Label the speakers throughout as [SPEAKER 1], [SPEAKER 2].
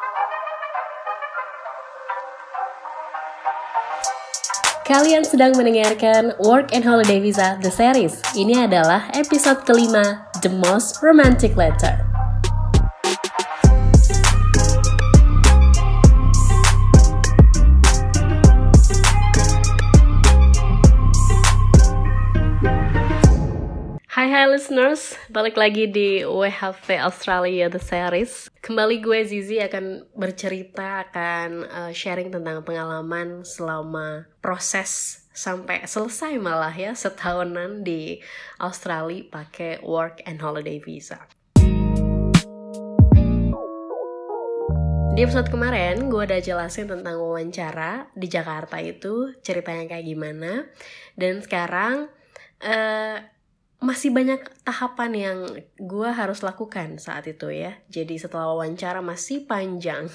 [SPEAKER 1] Kalian sedang mendengarkan Work and Holiday Visa The Series. Ini adalah episode kelima, The Most Romantic Letter. Hai listeners, balik lagi di WHV Australia The Series. Kembali gue Zizi akan bercerita, akan sharing tentang pengalaman selama proses sampai selesai malah ya, setahunan di Australia pakai Work and Holiday Visa. Di episode kemarin gue udah jelasin tentang wawancara di Jakarta itu ceritanya kayak gimana. Dan sekarang masih banyak tahapan yang gue harus lakukan saat itu ya. Jadi setelah wawancara masih panjang.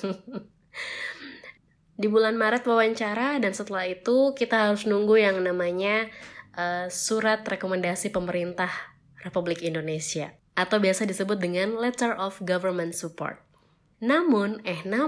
[SPEAKER 1] Di bulan Maret wawancara, dan setelah itu kita harus nunggu yang namanya surat rekomendasi pemerintah Republik Indonesia, atau biasa disebut dengan Letter of Government Support. Namun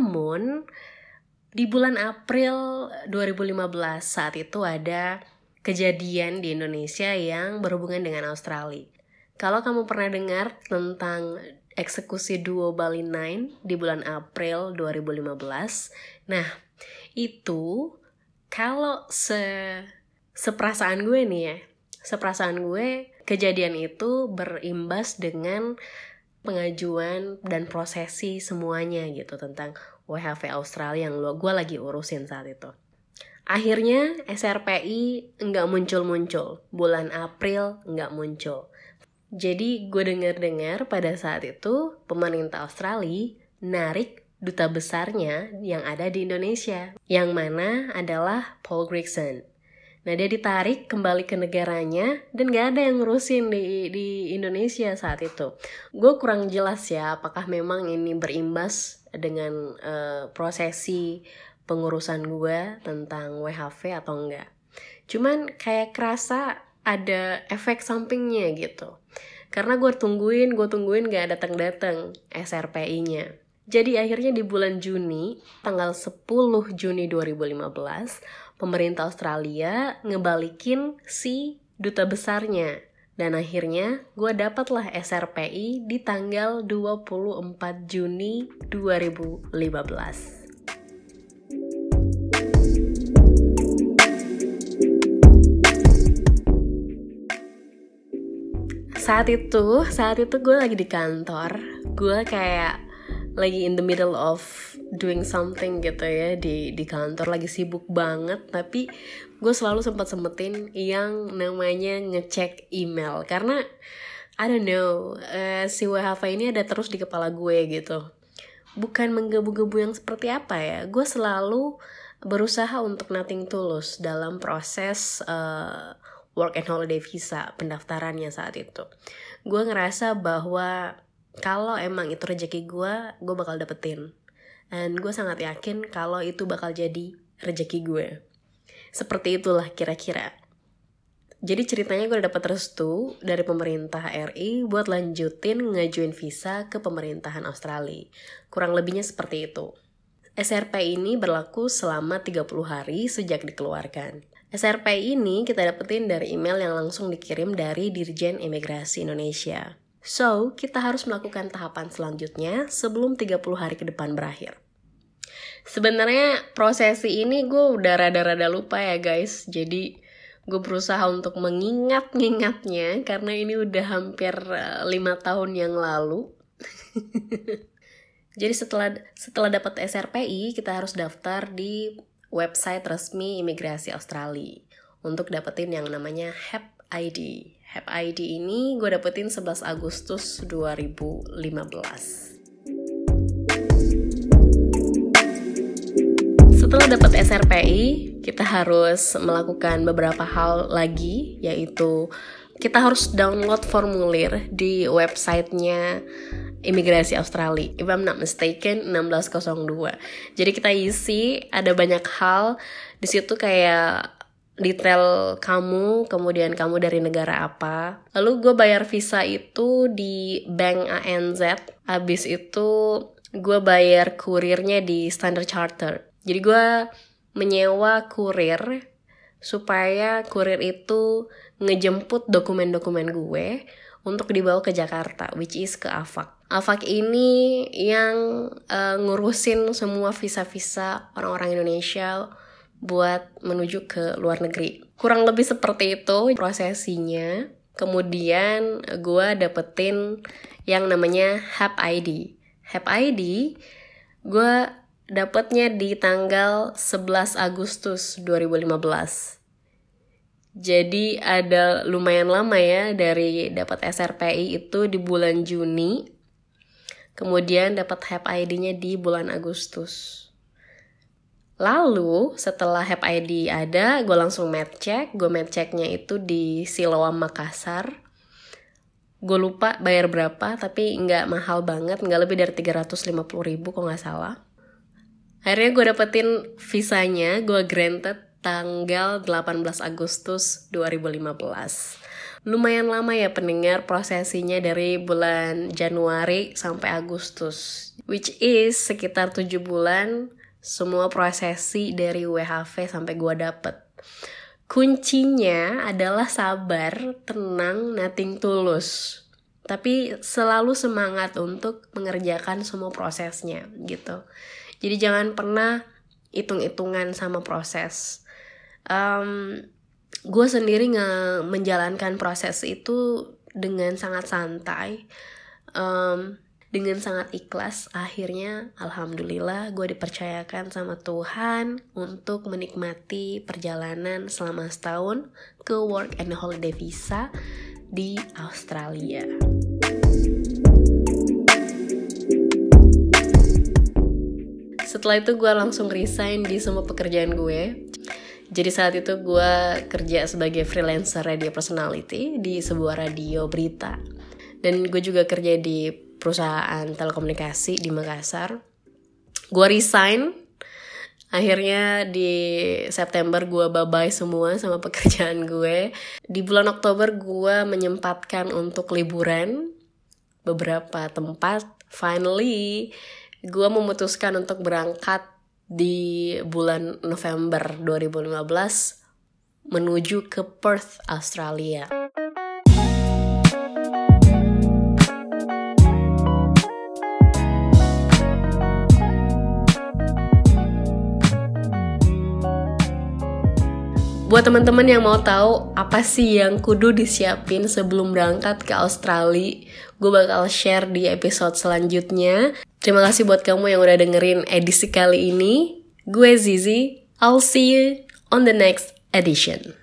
[SPEAKER 1] di bulan April 2015 saat itu ada kejadian di Indonesia yang berhubungan dengan Australia. Kalau kamu pernah dengar tentang eksekusi duo Bali 9 di bulan April 2015, nah itu kalau seperasaan gue nih ya, seperasaan gue kejadian itu berimbas dengan pengajuan dan prosesi semuanya gitu tentang WHV Australia yang gue lagi urusin saat itu. Akhirnya SRPI nggak muncul-muncul, bulan April nggak muncul. Jadi gue dengar pada saat itu pemerintah Australia narik duta besarnya yang ada di Indonesia, yang mana adalah Paul Gregson. Nah dia ditarik kembali ke negaranya dan gak ada yang ngurusin di Indonesia saat itu. Gue kurang jelas ya apakah memang ini berimbas dengan prosesi pengurusan gue tentang WHV atau enggak. Cuman kayak kerasa ada efek sampingnya gitu. Karena gue tungguin gak datang-datang SRPI-nya. Jadi akhirnya di bulan Juni, tanggal 10 Juni 2015, pemerintah Australia ngebalikin si duta besarnya. Dan akhirnya gue dapatlah SRPI di tanggal 24 Juni 2015. Saat itu gue lagi di kantor. Gue kayak lagi in the middle of doing something gitu ya di kantor, lagi sibuk banget. Tapi gue selalu sempetin yang namanya ngecek email. Karena I don't know, si WHV ini ada terus di kepala gue gitu. Bukan menggebu-gebu yang seperti apa ya. Gue selalu berusaha untuk nothing tulus dalam proses Work and Holiday Visa pendaftarannya saat itu. Gue ngerasa bahwa kalau emang itu rezeki gue bakal dapetin. Dan gue sangat yakin kalau itu bakal jadi rezeki gue. Seperti itulah kira-kira. Jadi ceritanya gue udah dapet restu dari pemerintah RI buat lanjutin ngajuin visa ke pemerintahan Australia. Kurang lebihnya seperti itu. SRP ini berlaku selama 30 hari sejak dikeluarkan. SRPI ini kita dapetin dari email yang langsung dikirim dari Dirjen Imigrasi Indonesia. So, kita harus melakukan tahapan selanjutnya sebelum 30 hari ke depan berakhir. Sebenarnya prosesi ini gue udah rada-rada lupa ya guys. Jadi gue berusaha untuk mengingat-ingatnya karena ini udah hampir 5 tahun yang lalu. Jadi setelah dapat SRPI, kita harus daftar di website resmi Imigrasi Australia untuk dapetin yang namanya HEP ID. HEP ID ini gue dapetin 11 Agustus 2015. Setelah dapat SRPI, kita harus melakukan beberapa hal lagi, yaitu kita harus download formulir di websitenya Imigrasi Australia, if I'm not mistaken 1602. Jadi kita isi ada banyak hal di situ, kayak detail kamu, kemudian kamu dari negara apa. Lalu gue bayar visa itu di Bank ANZ. Abis itu gue bayar kurirnya di Standard Chartered. Jadi gue menyewa kurir supaya kurir itu ngejemput dokumen-dokumen gue untuk dibawa ke Jakarta, which is ke AVAC. AVAC ini yang ngurusin semua visa-visa orang-orang Indonesia buat menuju ke luar negeri. Kurang lebih seperti itu prosesinya. Kemudian gue dapetin yang namanya HAP ID. HAP ID gue dapetnya di tanggal 11 Agustus 2015. Jadi ada lumayan lama ya dari dapat SRPI itu di bulan Juni. Kemudian dapat HAP ID-nya di bulan Agustus. Lalu setelah HAP ID ada, gue langsung medcheck. Gue medchecknya itu di Siloam Makassar. Gue lupa bayar berapa, tapi nggak mahal banget, nggak lebih dari 350.000 kok nggak salah. Akhirnya gue dapetin visanya, gue granted tanggal 18 Agustus 2015. Lumayan lama ya pendengar prosesinya dari bulan Januari sampai Agustus, which is sekitar 7 bulan. Semua prosesi dari WHV sampai gue dapet. Kuncinya adalah sabar, tenang, nothing tulus. Tapi selalu semangat untuk mengerjakan semua prosesnya gitu. Jadi jangan pernah hitung-hitungan sama proses. Gue sendiri menjalankan proses itu dengan sangat santai. Dengan sangat ikhlas, akhirnya alhamdulillah gue dipercayakan sama Tuhan untuk menikmati perjalanan selama setahun ke work and holiday visa di Australia. Setelah itu gue langsung resign di semua pekerjaan gue. Jadi saat itu gue kerja sebagai freelancer radio personality di sebuah radio berita. Dan gue juga kerja di perusahaan telekomunikasi di Makassar. Gue resign. Akhirnya di September gue bye-bye semua sama pekerjaan gue. Di bulan Oktober gue menyempatkan untuk liburan beberapa tempat. Finally, gue memutuskan untuk berangkat di bulan November 2015 menuju ke Perth, Australia. Buat teman-teman yang mau tahu apa sih yang kudu disiapin sebelum berangkat ke Australia, gue bakal share di episode selanjutnya. Terima kasih buat kamu yang udah dengerin edisi kali ini. Gue Zizi, I'll see you on the next edition.